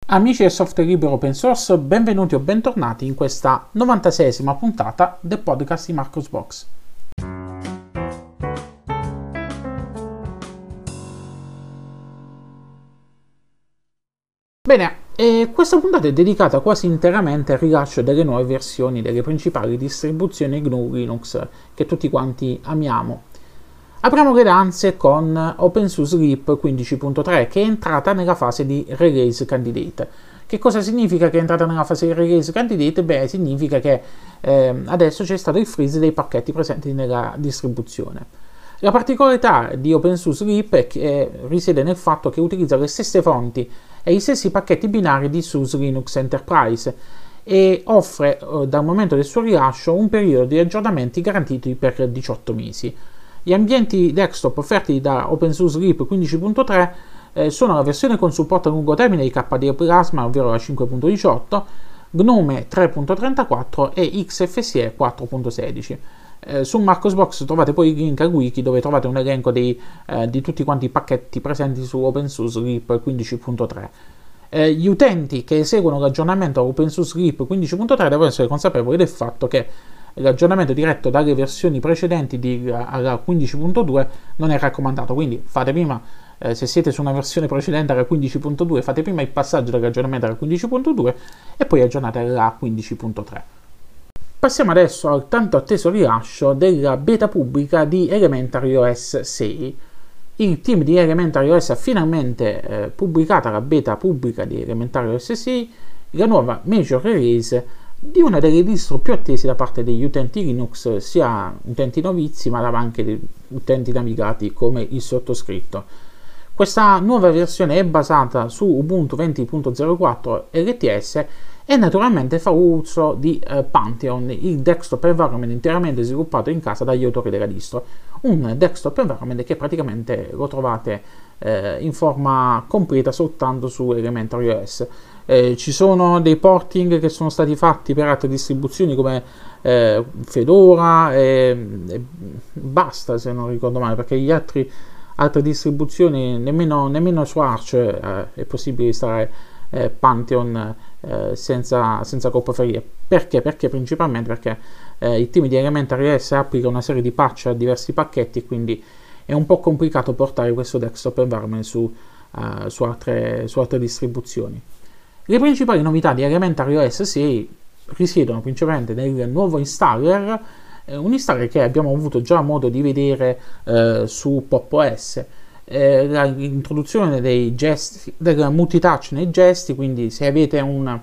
Amici del software libero open source, benvenuti o bentornati in questa 96esima puntata del podcast di Marcosbox. Bene, questa puntata è dedicata quasi interamente al rilascio delle nuove versioni delle principali distribuzioni GNU Linux che tutti quanti amiamo. Apriamo le danze con OpenSUSE Leap 15.3 che è entrata nella fase di Release Candidate. Che cosa significa che è entrata nella fase di Release Candidate? Beh, significa che adesso c'è stato il freeze dei pacchetti presenti nella distribuzione. La particolarità di OpenSUSE Leap è che risiede nel fatto che utilizza le stesse fonti e gli stessi pacchetti binari di SUSE Linux Enterprise e offre dal momento del suo rilascio un periodo di aggiornamenti garantiti per 18 mesi. Gli ambienti desktop offerti da OpenSUSE Leap 15.3 sono la versione con supporto a lungo termine di KDE Plasma, ovvero la 5.18, GNOME 3.34 e XFCE 4.16. Su Marcosbox trovate poi il link al wiki dove trovate un elenco di tutti quanti i pacchetti presenti su OpenSUSE Leap 15.3. Gli utenti che eseguono l'aggiornamento a OpenSUSE Leap 15.3 devono essere consapevoli del fatto che l'aggiornamento diretto dalle versioni precedenti alla 15.2 non è raccomandato, quindi fate prima, se siete su una versione precedente alla 15.2, fate prima il passaggio dall'aggiornamento alla 15.2 e poi aggiornate alla 15.3. Passiamo adesso al tanto atteso rilascio della beta pubblica di Elementary OS 6. Il team di Elementary OS ha finalmente pubblicato la beta pubblica di Elementary OS 6, la nuova major release di una delle distro più attese da parte degli utenti Linux, sia utenti novizi ma anche utenti navigati come il sottoscritto. Questa nuova versione è basata su Ubuntu 20.04 LTS e naturalmente fa uso di Pantheon, il desktop environment interamente sviluppato in casa dagli autori della distro. Un desktop environment che praticamente lo trovate in forma completa soltanto su Elementary OS. Ci sono dei porting che sono stati fatti per altre distribuzioni come Fedora e basta, se non ricordo male, perché gli altre distribuzioni nemmeno su Arch è possibile installare Pantheon senza colpoferie. Perché? Principalmente perché il team di Elementary OS applica una serie di patch a diversi pacchetti e quindi è un po' complicato portare questo desktop environment su altre distribuzioni. Le principali novità di Elementary OS 6 risiedono principalmente nel nuovo installer, un installer che abbiamo avuto già modo di vedere su Pop! OS, l'introduzione dei gesti, del multitouch nei gesti, quindi se avete un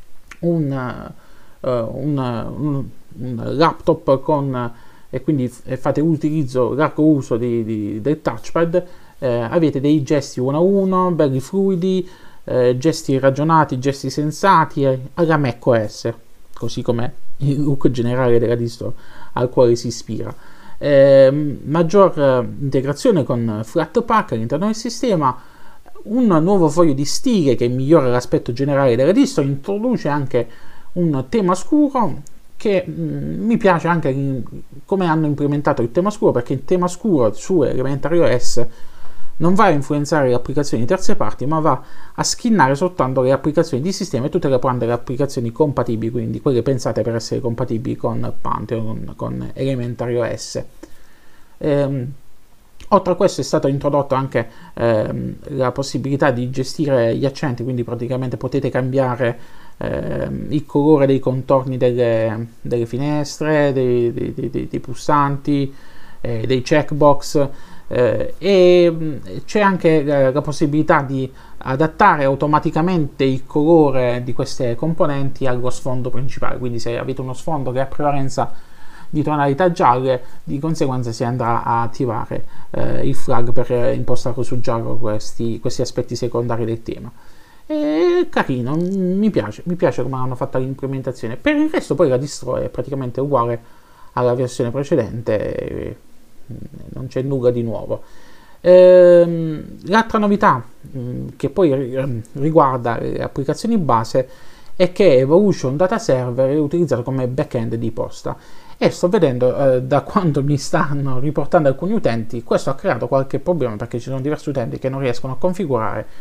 laptop e quindi fate largo uso del touchpad, avete dei gesti 1 a 1, belli fluidi, gesti ragionati, gesti sensati alla macOS, così come il look generale della distro al quale si ispira. Maggior integrazione con Flatpak all'interno del sistema, un nuovo foglio di stile che migliora l'aspetto generale della distro, introduce anche un tema scuro che mi piace anche come hanno implementato il tema scuro, perché il tema scuro su Elementary OS non va a influenzare le applicazioni di terze parti, ma va a skinnare soltanto le applicazioni di sistema e tutte le applicazioni compatibili, quindi quelle pensate per essere compatibili con Pantheon, con Elementary OS. Oltre a questo è stato introdotto anche la possibilità di gestire gli accenti, quindi praticamente potete cambiare il colore dei contorni delle finestre, dei pulsanti, dei checkbox. E c'è anche la possibilità di adattare automaticamente il colore di queste componenti allo sfondo principale, quindi se avete uno sfondo che ha prevalenza di tonalità gialle, di conseguenza si andrà a attivare il flag per impostarlo su giallo questi aspetti secondari del tema. È carino, mi piace come hanno fatto l'implementazione. Per il resto poi la distro è praticamente uguale alla versione precedente, non c'è nulla di nuovo. L'altra novità che poi riguarda le applicazioni base è che Evolution Data Server è utilizzato come backend di posta e sto vedendo da quando mi stanno riportando alcuni utenti, questo ha creato qualche problema perché ci sono diversi utenti che non riescono a configurare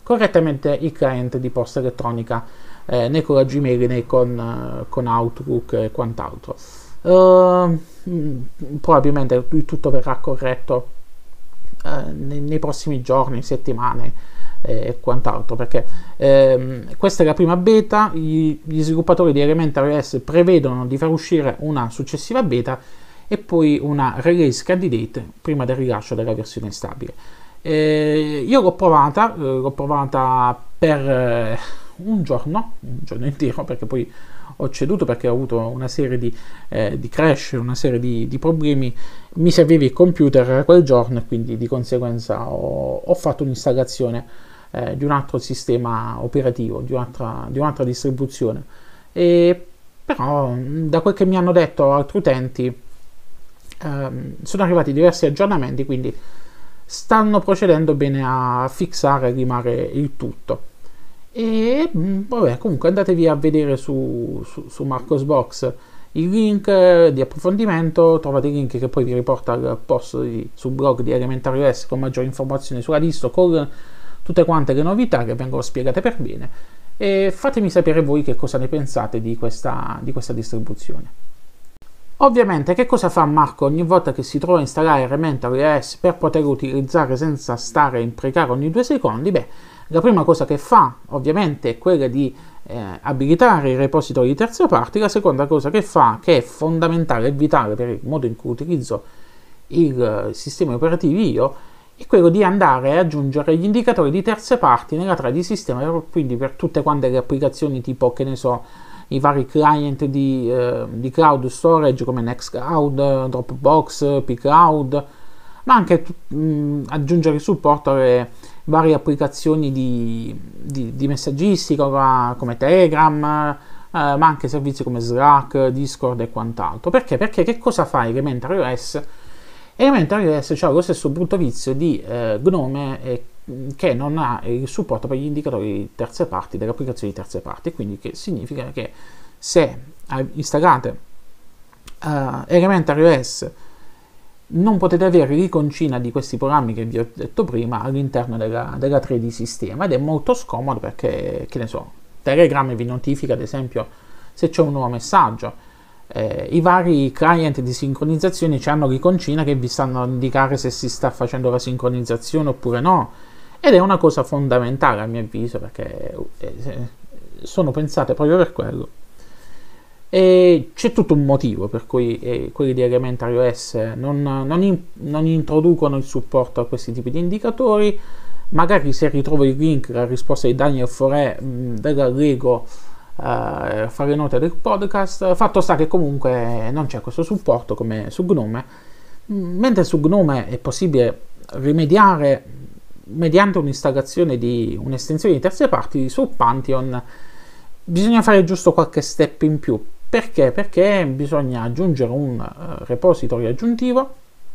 correttamente il client di posta elettronica, né con la Gmail né con Outlook e quant'altro. Probabilmente tutto verrà corretto nei prossimi giorni, settimane e quant'altro, perché questa è la prima beta. Gli sviluppatori di Elementary OS prevedono di far uscire una successiva beta e poi una release candidate prima del rilascio della versione stabile. Io l'ho provata per un giorno intero, perché poi ho ceduto perché ho avuto una serie di crash, una serie di problemi. Mi serviva il computer quel giorno e quindi di conseguenza ho fatto un'installazione di un altro sistema operativo, di un'altra distribuzione. Però da quel che mi hanno detto altri utenti sono arrivati diversi aggiornamenti, quindi stanno procedendo bene a fissare e rimare il tutto. E vabbè, comunque andatevi a vedere su Marcosbox il link di approfondimento, trovate il link che poi vi riporta al post sul blog di Elementary OS con maggiori informazioni sulla distro, con tutte quante le novità che vengono spiegate per bene, e fatemi sapere voi che cosa ne pensate di questa distribuzione. Ovviamente, che cosa fa Marco ogni volta che si trova a installare Elementary OS per poterlo utilizzare senza stare a imprecare ogni 2 secondi? Beh, la prima cosa che fa ovviamente è quella di abilitare i repository di terze parti. La seconda cosa che fa, che è fondamentale e vitale per il modo in cui utilizzo il sistema operativo io, è quello di andare a aggiungere gli indicatori di terze parti nella trave di sistema, quindi per tutte quante le applicazioni tipo, che ne so, i vari client di cloud storage come Nextcloud, Dropbox, pCloud, ma anche aggiungere il supporto alle varie applicazioni di messaggistica come Telegram, ma anche servizi come Slack, Discord e quant'altro. Perché? Perché che cosa fa Elementary OS? Elementary OS ha lo stesso brutto vizio di GNOME, che non ha il supporto per gli indicatori di terze parti, delle applicazioni di terze parti, quindi che significa che se installate Elementary OS non potete avere l'iconcina di questi programmi che vi ho detto prima all'interno della tray di sistema, ed è molto scomodo perché, che ne so, Telegram vi notifica ad esempio se c'è un nuovo messaggio, i vari client di sincronizzazione hanno l'iconcina che vi stanno a indicare se si sta facendo la sincronizzazione oppure no, ed è una cosa fondamentale a mio avviso, perché sono pensate proprio per quello. E c'è tutto un motivo per cui quelli di Elementary OS non introducono il supporto a questi tipi di indicatori. Magari se ritrovo il link, la risposta di Daniel Foré della Lego, fare note del podcast. Fatto sta che comunque non c'è questo supporto come su GNOME, mentre su GNOME è possibile rimediare mediante un'installazione di un'estensione di terze parti. Su Pantheon bisogna fare giusto qualche step in più. Perché? Perché bisogna aggiungere un repository aggiuntivo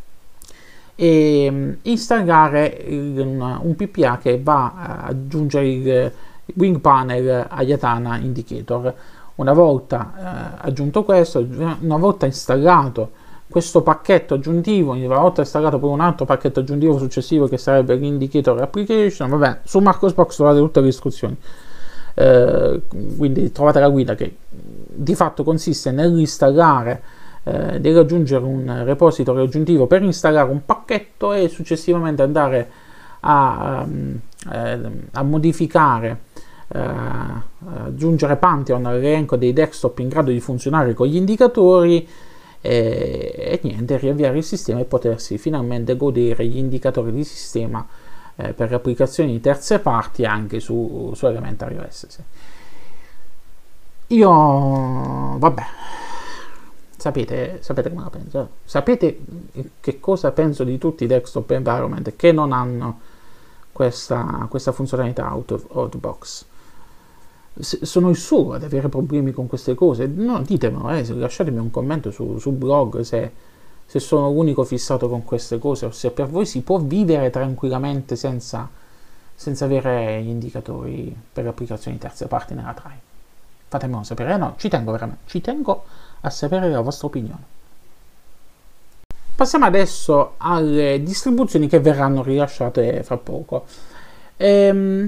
e installare un PPA che va a aggiungere il Wing Panel Ayatana Indicator. Una volta aggiunto questo, una volta installato questo pacchetto aggiuntivo, una volta installato poi un altro pacchetto aggiuntivo successivo che sarebbe l'Indicator Application, vabbè, su Marcosbox trovate tutte le istruzioni. Quindi trovate la guida che di fatto consiste nell'installare, nell'aggiungere un repository aggiuntivo per installare un pacchetto e successivamente andare a modificare, aggiungere Pantheon all'elenco dei desktop in grado di funzionare con gli indicatori e niente, riavviare il sistema e potersi finalmente godere gli indicatori di sistema per le applicazioni di terze parti anche su Elementary OS. Sì. Io, vabbè, sapete come la penso, sapete che cosa penso di tutti i desktop environment che non hanno questa funzionalità out of box. Sono il solo ad avere problemi con queste cose? No, ditemelo, lasciatemi un commento sul blog se sono l'unico fissato con queste cose o se per voi si può vivere tranquillamente senza avere gli indicatori per le applicazioni terze parti nella tray. Fatemelo sapere, no, ci tengo veramente, ci tengo a sapere la vostra opinione. Passiamo adesso alle distribuzioni che verranno rilasciate fra poco.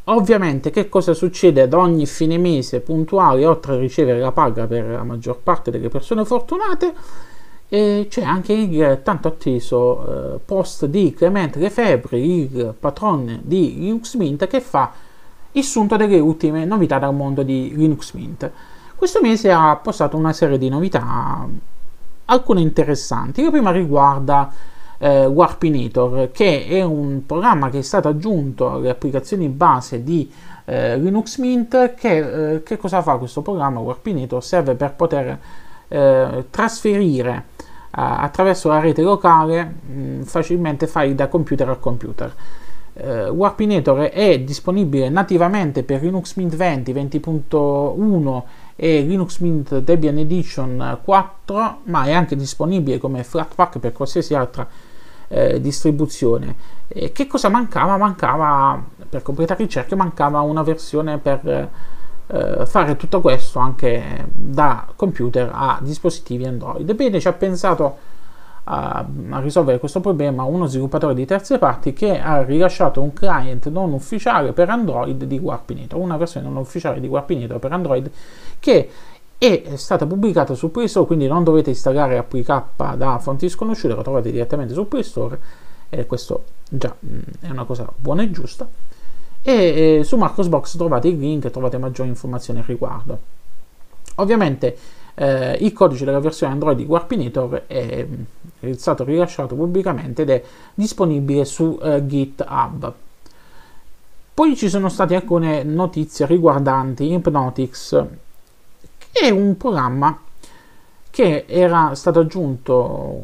Ovviamente che cosa succede ad ogni fine mese puntuale, oltre a ricevere la paga per la maggior parte delle persone fortunate, c'è anche il tanto atteso post di Clément Lefebvre, il patron di Linux Mint, che fa il sunto delle ultime novità dal mondo di Linux Mint. Questo mese ha postato una serie di novità, alcune interessanti. La prima riguarda Warpinator, che è un programma che è stato aggiunto alle applicazioni base di Linux Mint. Che cosa fa questo programma? Warpinator serve per poter trasferire attraverso la rete locale facilmente file da computer a computer. Warpinator è disponibile nativamente per Linux Mint 20, 20.1 e Linux Mint Debian Edition 4, ma è anche disponibile come Flatpak per qualsiasi altra distribuzione. Che cosa mancava? Mancava, per completare il cerchio, mancava una versione per fare tutto questo anche da computer a dispositivi Android. Ebbene, ci ha pensato a risolvere questo problema uno sviluppatore di terze parti, che ha rilasciato un client non ufficiale per Android di Warpinator, una versione non ufficiale di Warpinator per Android che è stata pubblicata su Play Store, quindi non dovete installare APK da fonti sconosciute, la trovate direttamente su Play Store, e questo già è una cosa buona e giusta. E su Marcosbox trovate il link e trovate maggiori informazioni al riguardo. Ovviamente il codice della versione Android di Warpinator è stato rilasciato pubblicamente ed è disponibile su GitHub. Poi ci sono state alcune notizie riguardanti Hypnotix, che è un programma che era stato aggiunto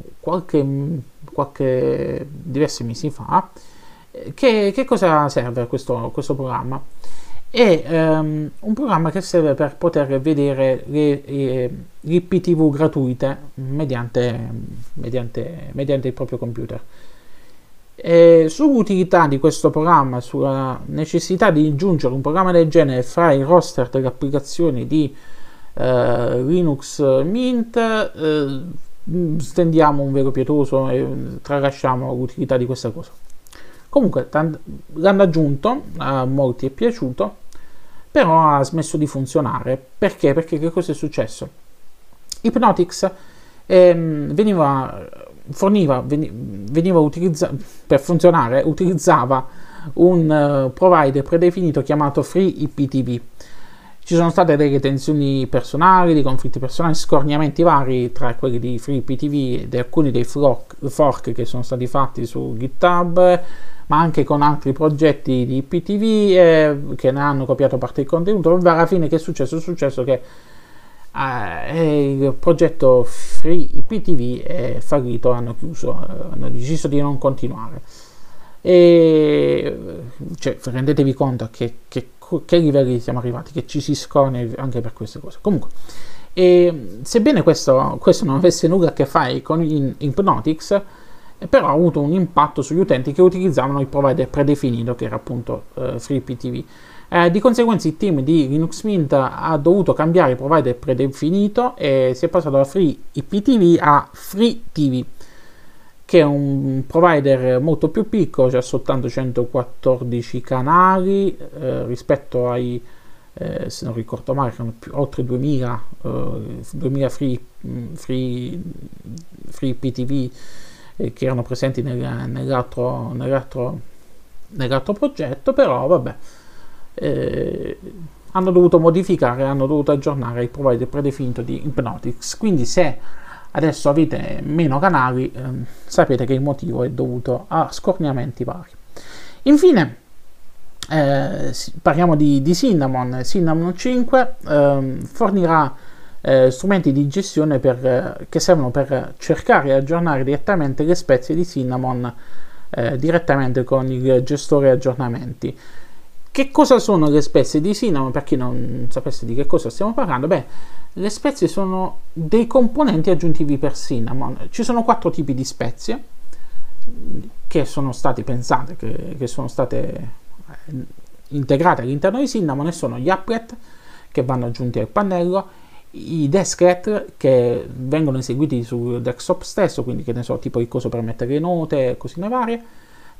diversi mesi fa. Che cosa serve questo programma? È un programma che serve per poter vedere le IPTV gratuite mediante il proprio computer. Sull'utilità di questo programma, sulla necessità di aggiungere un programma del genere fra il roster delle applicazioni di Linux Mint, stendiamo un velo pietoso e tralasciamo l'utilità di questa cosa. Comunque l'hanno aggiunto, a molti è piaciuto, però ha smesso di funzionare. Perché? Perché che cosa è successo? Hypnotix per funzionare utilizzava un provider predefinito chiamato FreeIPTV. Ci sono state delle tensioni personali, dei conflitti personali, scorniamenti vari tra quelli di FreeIPTV ed alcuni dei fork che sono stati fatti su GitHub, ma anche con altri progetti di IPTV che ne hanno copiato parte del contenuto. Alla fine che è successo? È successo che il progetto FreeIPTV è fallito, hanno chiuso, hanno deciso di non continuare. Rendetevi conto che livelli siamo arrivati, che ci si scorne anche per queste cose. Comunque, sebbene questo non avesse nulla a che fare con Hypnotix, però ha avuto un impatto sugli utenti che utilizzavano il provider predefinito, che era appunto FreeIPTV. Di conseguenza il team di Linux Mint ha dovuto cambiare il provider predefinito e si è passato da FreeIPTV a FreeTV, che è un provider molto più piccolo, cioè soltanto 114 canali rispetto ai, se non ricordo male, erano oltre 2000 FreeIPTV che erano presenti nell'altro progetto. Però vabbè, hanno dovuto modificare, hanno dovuto aggiornare il provider predefinito di Hypnotix. Quindi se adesso avete meno canali, sapete che il motivo è dovuto a scorniamenti vari. Infine parliamo di Cinnamon. Cinnamon 5 fornirà strumenti di gestione che servono per cercare e aggiornare direttamente le spezie di Cinnamon direttamente con il gestore aggiornamenti. Che cosa sono le spezie di Cinnamon? Per chi non sapesse di che cosa stiamo parlando, le spezie sono dei componenti aggiuntivi per Cinnamon. Ci sono 4 tipi di spezie che sono state pensate, che sono state integrate all'interno di Cinnamon, e sono gli applet che vanno aggiunti al pannello, i desklet che vengono eseguiti sul desktop stesso, quindi che ne so, tipo il coso per mettere le note, cosine varie,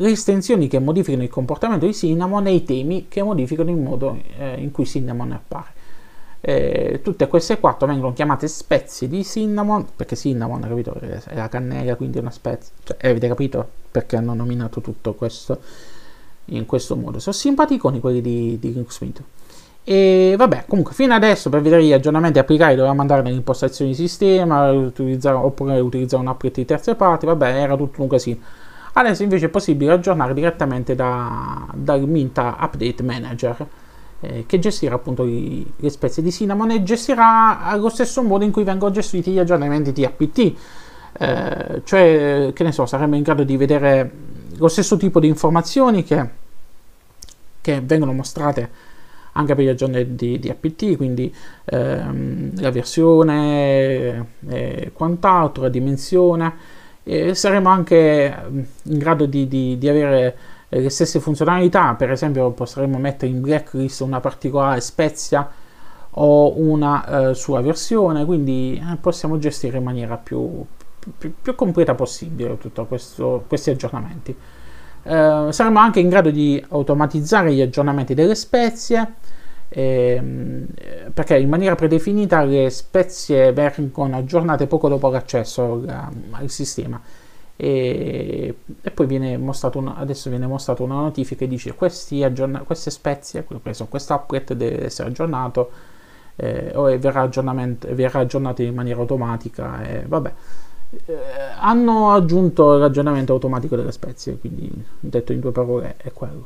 le estensioni che modificano il comportamento di Cinnamon e i temi che modificano il modo in cui Cinnamon appare. Tutte queste quattro vengono chiamate spezie di Cinnamon, perché Cinnamon, capito, è la cannella, quindi è una spezia. Cioè, avete capito perché hanno nominato tutto questo in questo modo? Sono simpaticoni quelli di Linux Mint. E vabbè, comunque fino adesso per vedere gli aggiornamenti applicati dovevamo andare nelle impostazioni di sistema, oppure utilizzare un upgrade di terze parti, vabbè, era tutto un casino. Adesso invece è possibile aggiornare direttamente dal Mint Update Manager, che gestirà appunto le spezie di Cinnamon e gestirà allo stesso modo in cui vengono gestiti gli aggiornamenti di apt, cioè, che ne so, saremo in grado di vedere lo stesso tipo di informazioni che vengono mostrate anche per gli aggiornamenti di apt, quindi la versione e quant'altro, la dimensione. Saremo anche in grado di avere le stesse funzionalità, per esempio potremo mettere in blacklist una particolare spezia o una sua versione, quindi possiamo gestire in maniera più completa possibile tutti questi aggiornamenti. Saremo anche in grado di automatizzare gli aggiornamenti delle spezie, perché in maniera predefinita le spezie vengono aggiornate poco dopo l'accesso al sistema e poi adesso viene mostrata una notifica che dice queste spezie, questo upgrade deve essere aggiornato o verrà aggiornato in maniera automatica. Vabbè, hanno aggiunto l'aggiornamento automatico delle spezie, quindi detto in due parole è quello.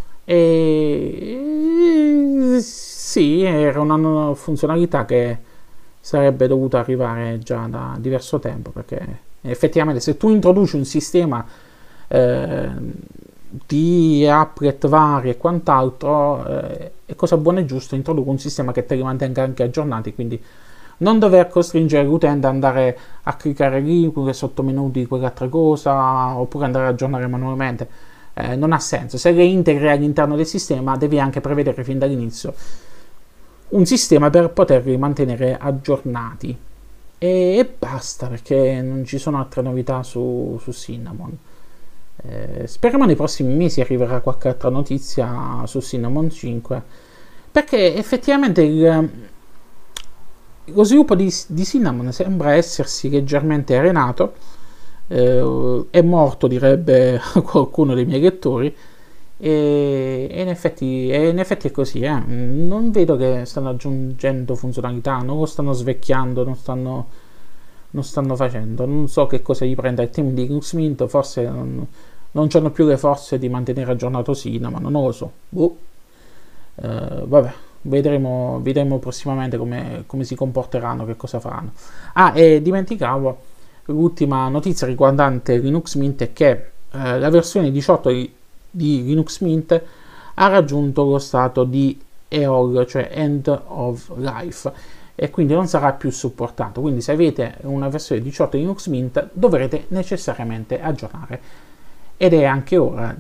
E sì, era una funzionalità che sarebbe dovuta arrivare già da diverso tempo, perché effettivamente se tu introduci un sistema di upgrade vari e quant'altro, è cosa buona e giusta introdurre un sistema che te li mantenga anche aggiornati, quindi non dover costringere l'utente ad andare a cliccare lì, sotto menu di quell'altra cosa, oppure andare ad aggiornare manualmente. Non ha senso. Se le integri all'interno del sistema, devi anche prevedere fin dall'inizio un sistema per poterli mantenere aggiornati. E basta, perché non ci sono altre novità su Cinnamon. Speriamo nei prossimi mesi arriverà qualche altra notizia su Cinnamon 5, perché effettivamente lo sviluppo di Cinnamon sembra essersi leggermente arenato. È morto, direbbe qualcuno dei miei lettori, e in effetti è così. Non vedo che stanno aggiungendo funzionalità, non lo stanno svecchiando, non stanno facendo. Non so che cosa gli prenda il team di Linux Mint, forse non hanno più le forze di mantenere aggiornato Cinnamon, non lo so. Vabbè, vedremo prossimamente come si comporteranno, che cosa faranno. E dimenticavo l'ultima notizia riguardante Linux Mint è che la versione 18 di Linux Mint ha raggiunto lo stato di EOL, cioè End of Life, e quindi non sarà più supportato. Quindi se avete una versione 18 di Linux Mint dovrete necessariamente aggiornare, ed era anche ora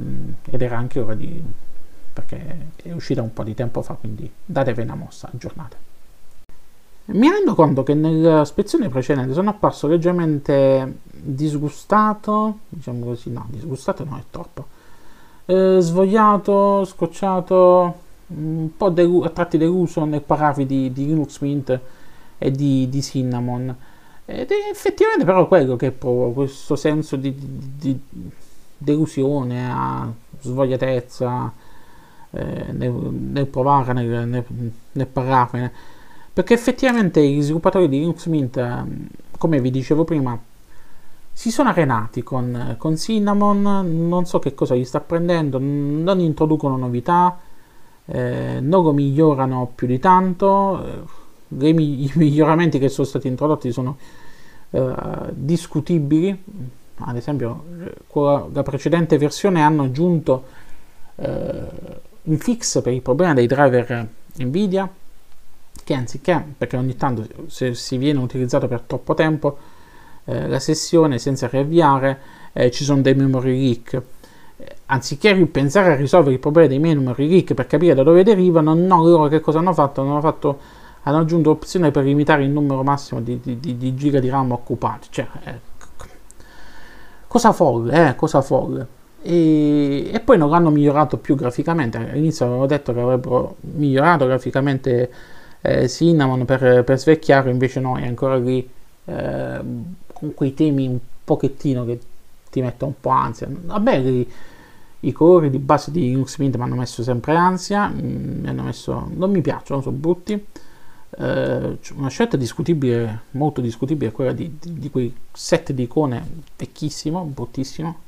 perché è uscita un po' di tempo fa, quindi datevi una mossa, aggiornate. Mi rendo conto che nella spezzone precedente sono apparso leggermente disgustato, diciamo così, no, disgustato no, è troppo, svogliato, scocciato, un po' a tratti deluso nel parlarvi di Linux Mint e di Cinnamon, ed è effettivamente però quello che provo, questo senso di delusione, a svogliatezza nel provare, nel parlarvene. Perché effettivamente gli sviluppatori di Linux Mint, come vi dicevo prima, si sono arenati con Cinnamon, non so che cosa gli sta prendendo, non introducono novità, non lo migliorano più di tanto, i miglioramenti che sono stati introdotti sono discutibili. Ad esempio, con la precedente versione hanno aggiunto un fix per il problema dei driver Nvidia, che anziché, perché ogni tanto se si viene utilizzato per troppo tempo la sessione senza riavviare, ci sono dei memory leak, anziché pensare a risolvere il problema dei memory leak per capire da dove derivano, no, loro che cosa hanno fatto? Hanno aggiunto opzione per limitare il numero massimo di giga di RAM occupati, cioè cosa folle. e poi non l'hanno migliorato più graficamente. All'inizio avevano detto che avrebbero migliorato graficamente Cinnamon per svecchiare, invece no, è ancora lì con quei temi un pochettino che ti mettono un po' ansia. Vabbè, i colori di base di Linux Mint mi hanno messo sempre ansia, non mi piacciono, sono brutti. Una scelta discutibile, molto discutibile, è quella di quei set di icone vecchissimo, bruttissimo.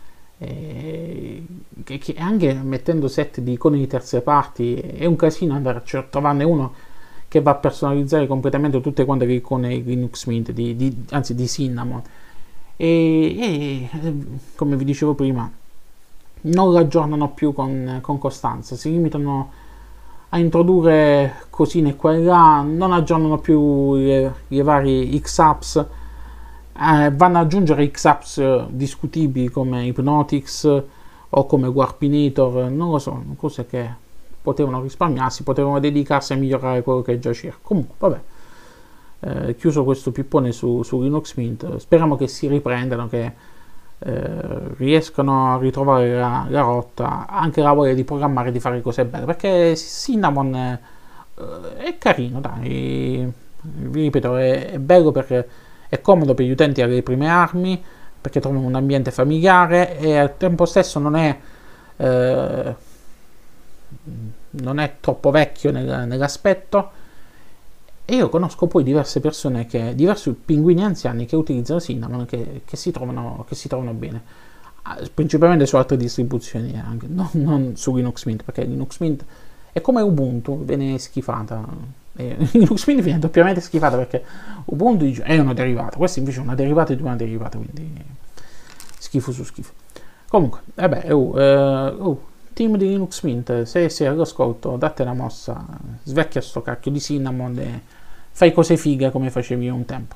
Che anche mettendo set di icone di terze parti è un casino andare a trovarne uno che va a personalizzare completamente tutte quante le icone Linux Mint, anzi di Cinnamon. E come vi dicevo prima, non l'aggiornano più con costanza, si limitano a introdurre cosine qua e là, non aggiornano più i vari X-Apps, vanno ad aggiungere X-Apps discutibili come Hypnotix o come Warpinator, non lo so, cose che potevano risparmiarsi, potevano dedicarsi a migliorare quello che già c'era. Comunque, vabbè, chiuso questo pippone su Linux Mint, speriamo che si riprendano, che riescano a ritrovare la rotta, anche la voglia di programmare e di fare cose belle, perché Cinnamon è carino, dai, vi ripeto, è bello perché è comodo per gli utenti alle prime armi, perché trovano un ambiente familiare e al tempo stesso non è troppo vecchio nell'aspetto. E io conosco poi diverse persone, diversi pinguini anziani che utilizzano Cinnamon, che si trovano bene, principalmente su altre distribuzioni, anche non su Linux Mint, perché Linux Mint è come Ubuntu, viene schifata. Linux Mint viene doppiamente schifata perché Ubuntu è una derivata, questa invece è una derivata di una derivata, quindi schifo su schifo. Comunque, vabbè, team di Linux Mint, se sei all'ascolto, date una mossa, svecchia sto cacchio di Cinnamon e fai cose fighe come facevi un tempo.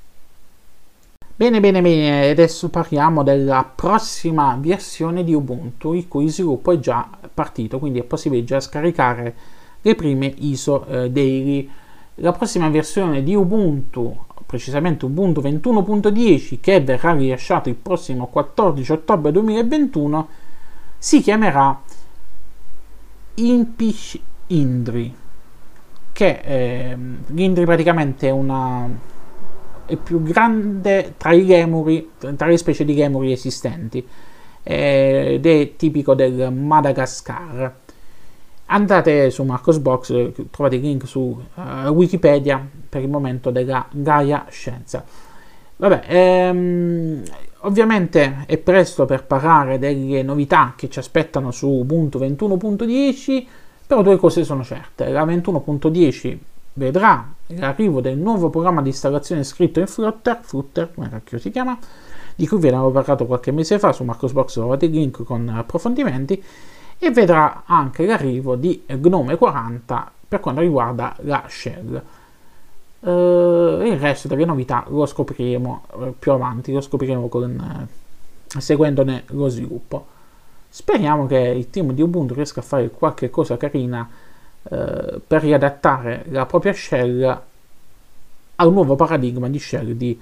Bene, adesso parliamo della prossima versione di Ubuntu, il cui sviluppo è già partito, quindi è possibile già scaricare le prime ISO daily. La prossima versione di Ubuntu, precisamente Ubuntu 21.10, che verrà rilasciato il prossimo 14 ottobre 2021, si chiamerà Impish Indri, che l'Indri praticamente è il più grande tra le specie di lemuri esistenti, ed è tipico del Madagascar. Andate su Marcosbox, trovate il link su Wikipedia per il momento della Gaia Scienza. Vabbè, ovviamente è presto per parlare delle novità che ci aspettano su Ubuntu 21.10, però due cose sono certe. La 21.10 vedrà l'arrivo del nuovo programma di installazione scritto in Flutter, come cacchio si chiama, di cui vi avevo parlato qualche mese fa. Su Marcosbox trovate il link con approfondimenti, e vedrà anche l'arrivo di GNOME 40 per quanto riguarda la shell. Il resto delle novità lo scopriremo più avanti, lo scopriremo seguendone lo sviluppo. Speriamo che il team di Ubuntu riesca a fare qualche cosa carina per riadattare la propria shell al nuovo paradigma di shell di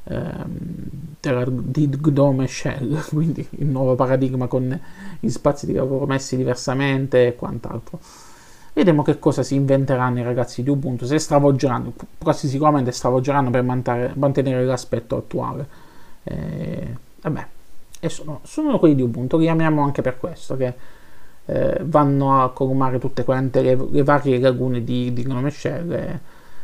GNOME Shell, quindi il nuovo paradigma con gli spazi di lavoro messi diversamente e quant'altro. Vedremo che cosa si inventeranno i ragazzi di Ubuntu, se stravolgeranno, quasi sicuramente stravolgeranno per mantenere l'aspetto attuale. Vabbè, e sono quelli di Ubuntu, li amiamo anche per questo, che vanno a colmare tutte quante le varie lagune di GNOME Shell.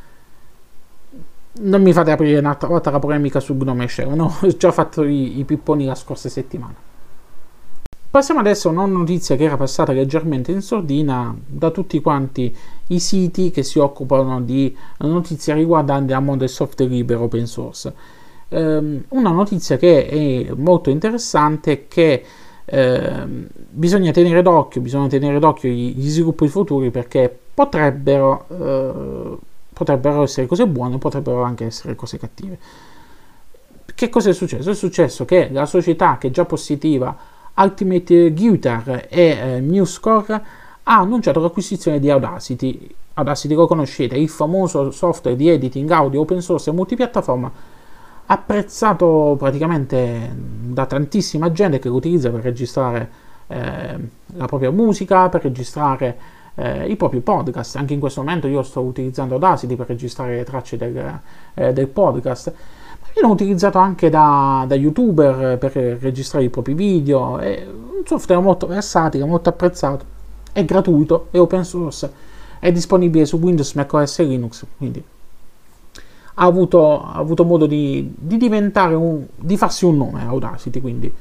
Non mi fate aprire un'altra volta la polemica su GNOME Shell, no? Ho già fatto i pipponi la scorsa settimana. Passiamo adesso a una notizia che era passata leggermente in sordina da tutti quanti i siti che si occupano di notizie riguardanti al mondo del software libero open source. Una notizia che è molto interessante, che bisogna tenere d'occhio gli sviluppi futuri, perché potrebbero essere cose buone, potrebbero anche essere cose cattive. Che cosa è successo? È successo che la società che è già positiva, Ultimate Guitar e MuseScore, ha annunciato l'acquisizione di Audacity. Audacity lo conoscete, il famoso software di editing audio open source e multipiattaforma apprezzato praticamente da tantissima gente che lo utilizza per registrare la propria musica, per registrare i propri podcast. Anche in questo momento io sto utilizzando Audacity per registrare le tracce del podcast. Viene utilizzato anche da youtuber per registrare i propri video. È un software molto versatile, molto apprezzato, è gratuito, è open source, è disponibile su Windows, macOS e Linux, quindi ha avuto modo di diventare di farsi un nome Audacity, quindi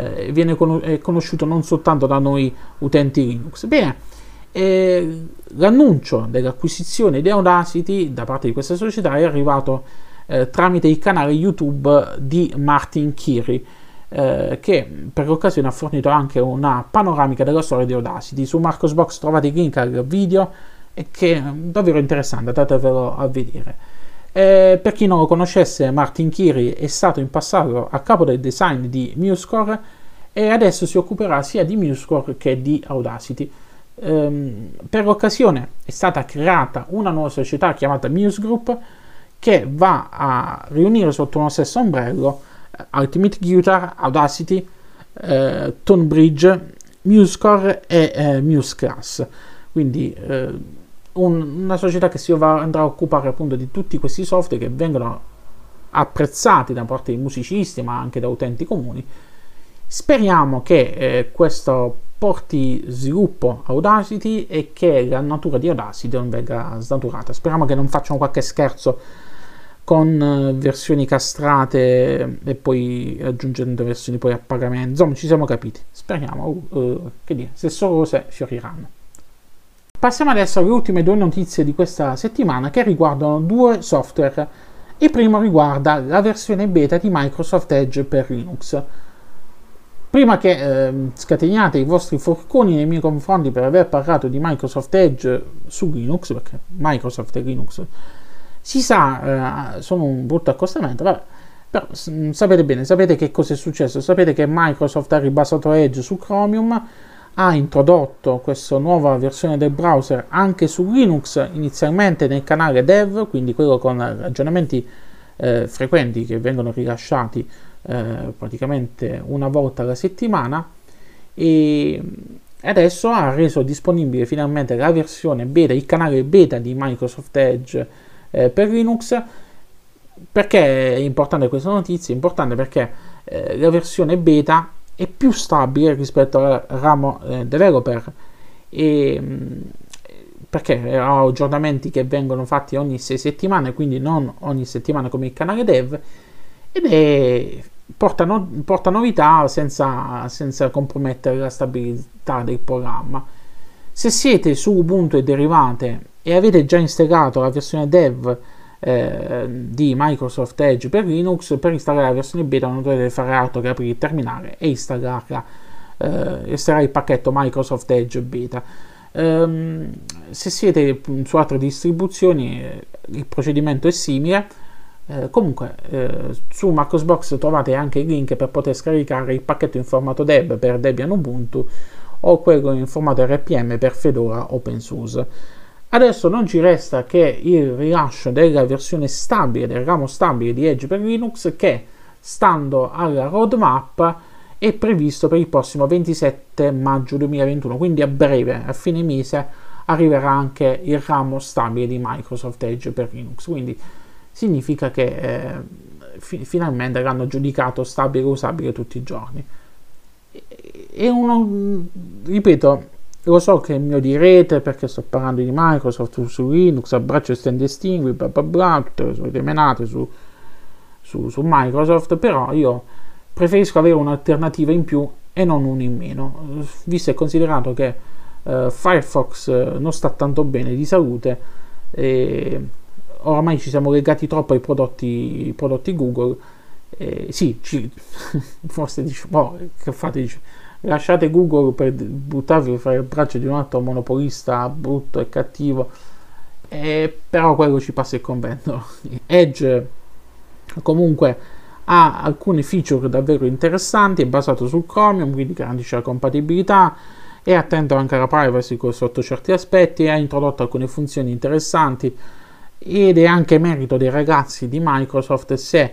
è conosciuto non soltanto da noi utenti Linux. Bene, l'annuncio dell'acquisizione di Audacity da parte di questa società è arrivato tramite il canale YouTube di Martin Keary, che per l'occasione ha fornito anche una panoramica della storia di Audacity. Su Marcosbox trovate il link al video, che è davvero interessante, andatevelo a vedere. Per chi non lo conoscesse, Martin Keary è stato in passato a capo del design di MuseScore e adesso si occuperà sia di MuseScore che di Audacity. Per l'occasione è stata creata una nuova società chiamata Muse Group, che va a riunire sotto uno stesso ombrello Ultimate Guitar, Audacity, Tonebridge, MuseScore e MuseClass. Quindi una società che andrà a occupare appunto di tutti questi software che vengono apprezzati da parte di musicisti ma anche da utenti comuni. Speriamo che questo porti sviluppo Audacity e che la natura di Audacity non venga snaturata. Speriamo che non facciano qualche scherzo con versioni castrate e poi aggiungendo versioni poi a pagamento. Insomma, ci siamo capiti. Speriamo che dire, se solo rose fioriranno. Passiamo adesso alle ultime due notizie di questa settimana che riguardano due software. Il primo riguarda la versione beta di Microsoft Edge per Linux. Prima che scateniate i vostri forconi nei miei confronti per aver parlato di Microsoft Edge su Linux, perché Microsoft e Linux si sa, sono un brutto accostamento, vabbè. Però sapete bene, sapete che cosa è successo, sapete che Microsoft ha ribasato Edge su Chromium, ha introdotto questa nuova versione del browser anche su Linux, inizialmente nel canale dev, quindi quello con aggiornamenti frequenti che vengono rilasciati praticamente una volta alla settimana, e adesso ha reso disponibile finalmente la versione beta, il canale beta di Microsoft Edge per Linux. Perché è importante questa notizia? È importante perché la versione beta è più stabile rispetto al ramo developer, perché ha aggiornamenti che vengono fatti ogni 6 settimane, quindi non ogni settimana come il canale dev, ed porta novità senza compromettere la stabilità del programma. Se siete su Ubuntu e derivate e avete già installato la versione dev di Microsoft Edge per Linux, per installare la versione beta non dovete fare altro che aprire il terminale e installare il pacchetto Microsoft Edge beta. Se siete su altre distribuzioni il procedimento è simile. Comunque su Marcosbox trovate anche il link per poter scaricare il pacchetto in formato deb per Debian Ubuntu o quello in formato RPM per Fedora OpenSUSE. Adesso non ci resta che il rilascio della versione stabile, del ramo stabile di Edge per Linux, che, stando alla roadmap, è previsto per il prossimo 27 maggio 2021, quindi a breve, a fine mese, arriverà anche il ramo stabile di Microsoft Edge per Linux, quindi significa che finalmente l'hanno giudicato stabile e usabile tutti i giorni. Ripeto, lo so che mi odierete perché sto parlando di Microsoft su Linux, abbraccio stand distingui, bla bla bla, tutte le solite menate su Microsoft, però io preferisco avere un'alternativa in più e non una in meno, visto e considerato che Firefox non sta tanto bene di salute e oramai ci siamo legati troppo ai prodotti Google. Forse dice, che fate? Dice, lasciate Google per buttarvi a fare il braccio di un altro monopolista brutto e cattivo, però quello ci passa il convento. Edge comunque ha alcune feature davvero interessanti, è basato su Chromium, quindi garantisce la compatibilità, è attento anche alla privacy sotto certi aspetti, ha introdotto alcune funzioni interessanti ed è anche merito dei ragazzi di Microsoft se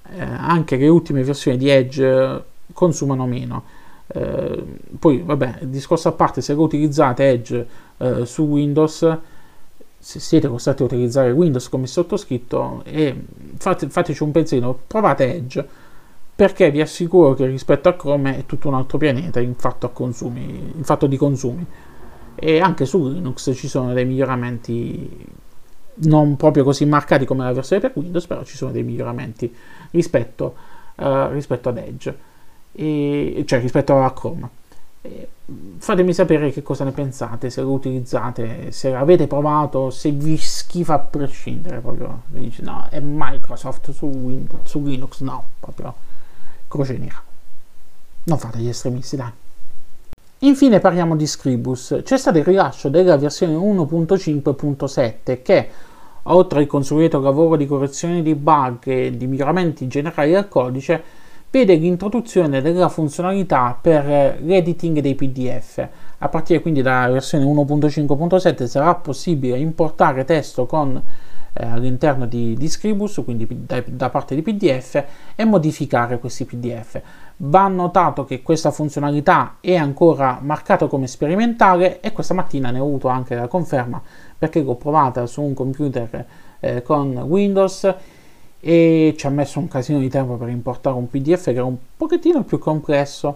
anche le ultime versioni di Edge consumano meno. Poi vabbè, il discorso a parte, se utilizzate Edge su Windows, se siete costretti a utilizzare Windows come sottoscritto, e fateci un pensierino, provate Edge, perché vi assicuro che rispetto a Chrome è tutto un altro pianeta in fatto di consumi, e anche su Linux ci sono dei miglioramenti non proprio così marcati come la versione per Windows, però ci sono dei miglioramenti rispetto ad Edge, cioè rispetto a Chrome. Fatemi sapere che cosa ne pensate, se lo utilizzate, se avete provato, se vi schifa a prescindere, proprio vi dice no, è Microsoft su Windows, su Linux, no, proprio croce nera. Non fate gli estremisti, dai. Infine parliamo di Scribus. C'è stato il rilascio della versione 1.5.7 che, oltre al consueto lavoro di correzione di bug e di miglioramenti generali al codice, vede l'introduzione della funzionalità per l'editing dei PDF. A partire quindi dalla versione 1.5.7 sarà possibile importare testo all'interno di Scribus, quindi da parte di PDF, e modificare questi PDF. Va notato che questa funzionalità è ancora marcata come sperimentale, e questa mattina ne ho avuto anche la conferma, perché l'ho provata su un computer con Windows, e ci ha messo un casino di tempo per importare un PDF che era un pochettino più complesso.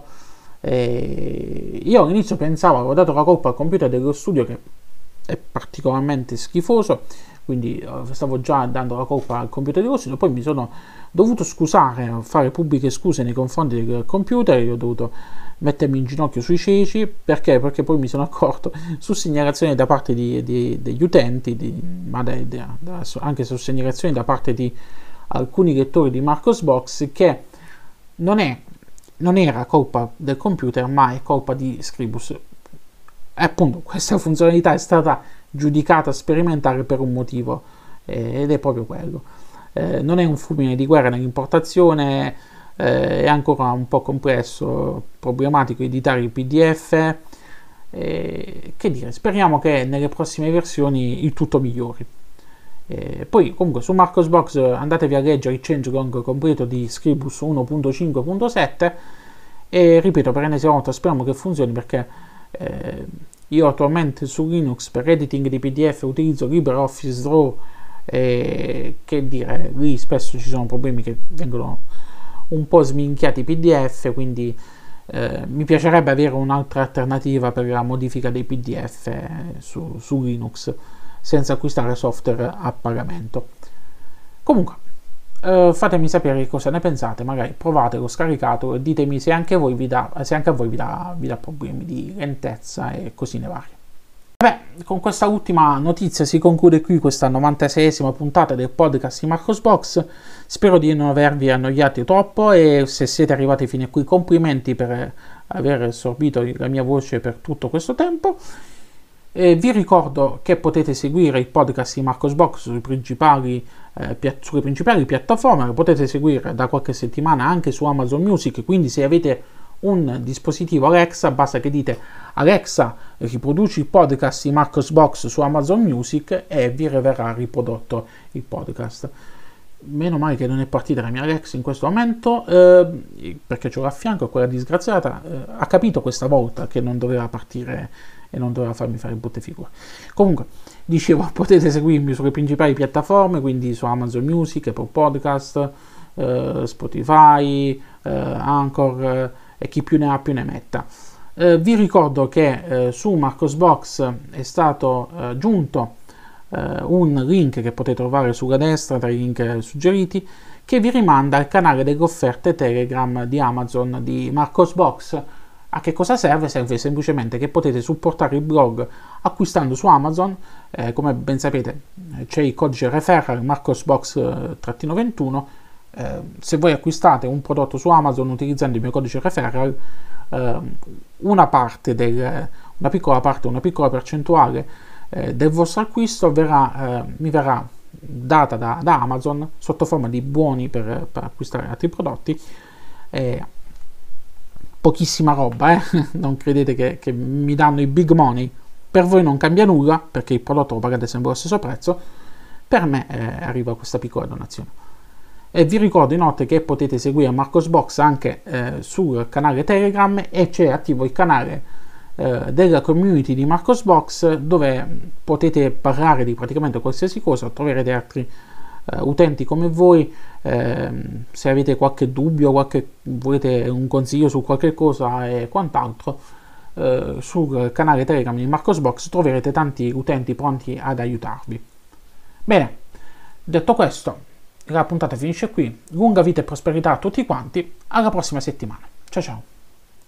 Io all'inizio pensavo, avevo dato la colpa al computer dello studio, che è particolarmente schifoso, quindi stavo già dando la colpa al computer dello studio. Poi mi sono dovuto scusare, fare pubbliche scuse nei confronti del computer, io ho dovuto mettermi in ginocchio sui ceci, perché poi mi sono accorto, su segnalazioni da parte degli utenti, anche su segnalazioni da parte di alcuni lettori di Marcosbox, che non era colpa del computer, ma è colpa di Scribus. E appunto questa funzionalità è stata giudicata sperimentale per un motivo, ed è proprio quello. Non è un fulmine di guerra nell'importazione, è ancora un po' complesso, problematico editare i PDF, che dire, speriamo che nelle prossime versioni il tutto migliori. Poi comunque su Marcosbox andatevi a leggere il changelog completo di Scribus 1.5.7, e ripeto per l'ennesima volta, speriamo che funzioni, perché io attualmente su Linux per editing di PDF utilizzo LibreOffice Draw, che dire, lì spesso ci sono problemi che vengono un po' sminchiati i PDF, quindi mi piacerebbe avere un'altra alternativa per la modifica dei PDF su Linux, senza acquistare software a pagamento. Comunque, fatemi sapere cosa ne pensate, magari provatelo, scaricatelo, e ditemi se anche a voi vi dà problemi di lentezza e cosine varie. Vabbè, con questa ultima notizia si conclude qui questa 96esima puntata del podcast di Marcosbox. Spero di non avervi annoiati troppo, e se siete arrivati fino a qui, complimenti per aver assorbito la mia voce per tutto questo tempo. Vi ricordo che potete seguire il podcast di Marcosbox sulle principali piattaforme, lo potete seguire da qualche settimana anche su Amazon Music, quindi se avete un dispositivo Alexa basta che dite Alexa riproduci il podcast di Marcosbox su Amazon Music, e vi verrà riprodotto il podcast. Meno male che non è partita la mia Alexa in questo momento, perché ce l'ho a fianco, quella disgraziata ha capito questa volta che non doveva partire e non doveva farmi fare brutte figure. Comunque, dicevo, potete seguirmi sulle principali piattaforme, quindi su Amazon Music, Apple Podcast, Spotify, Anchor, e chi più ne ha più ne metta. Vi ricordo che su Marcosbox è stato aggiunto un link che potete trovare sulla destra tra i link suggeriti, che vi rimanda al canale delle offerte Telegram di Amazon di Marcosbox. A che cosa serve? Serve semplicemente che potete supportare il blog acquistando su Amazon. Come ben sapete c'è il codice referral Marcosbox-21. Se voi acquistate un prodotto su Amazon utilizzando il mio codice referral, una piccola percentuale del vostro acquisto mi verrà data da Amazon sotto forma di buoni per acquistare altri prodotti. Pochissima roba, non credete che mi danno i big money. Per voi non cambia nulla, perché il prodotto lo pagate sempre allo stesso prezzo. Per me arriva questa piccola donazione. E vi ricordo inoltre che potete seguire Marcosbox anche sul canale Telegram, e c'è attivo il canale della community di Marcosbox, dove potete parlare di praticamente qualsiasi cosa. Troverete altri utenti come voi. Se avete qualche dubbio, volete un consiglio su qualche cosa e quant'altro, sul canale Telegram di Marcosbox troverete tanti utenti pronti ad aiutarvi. Bene, detto questo, la puntata finisce qui. Lunga vita e prosperità a tutti quanti. Alla prossima settimana. Ciao ciao.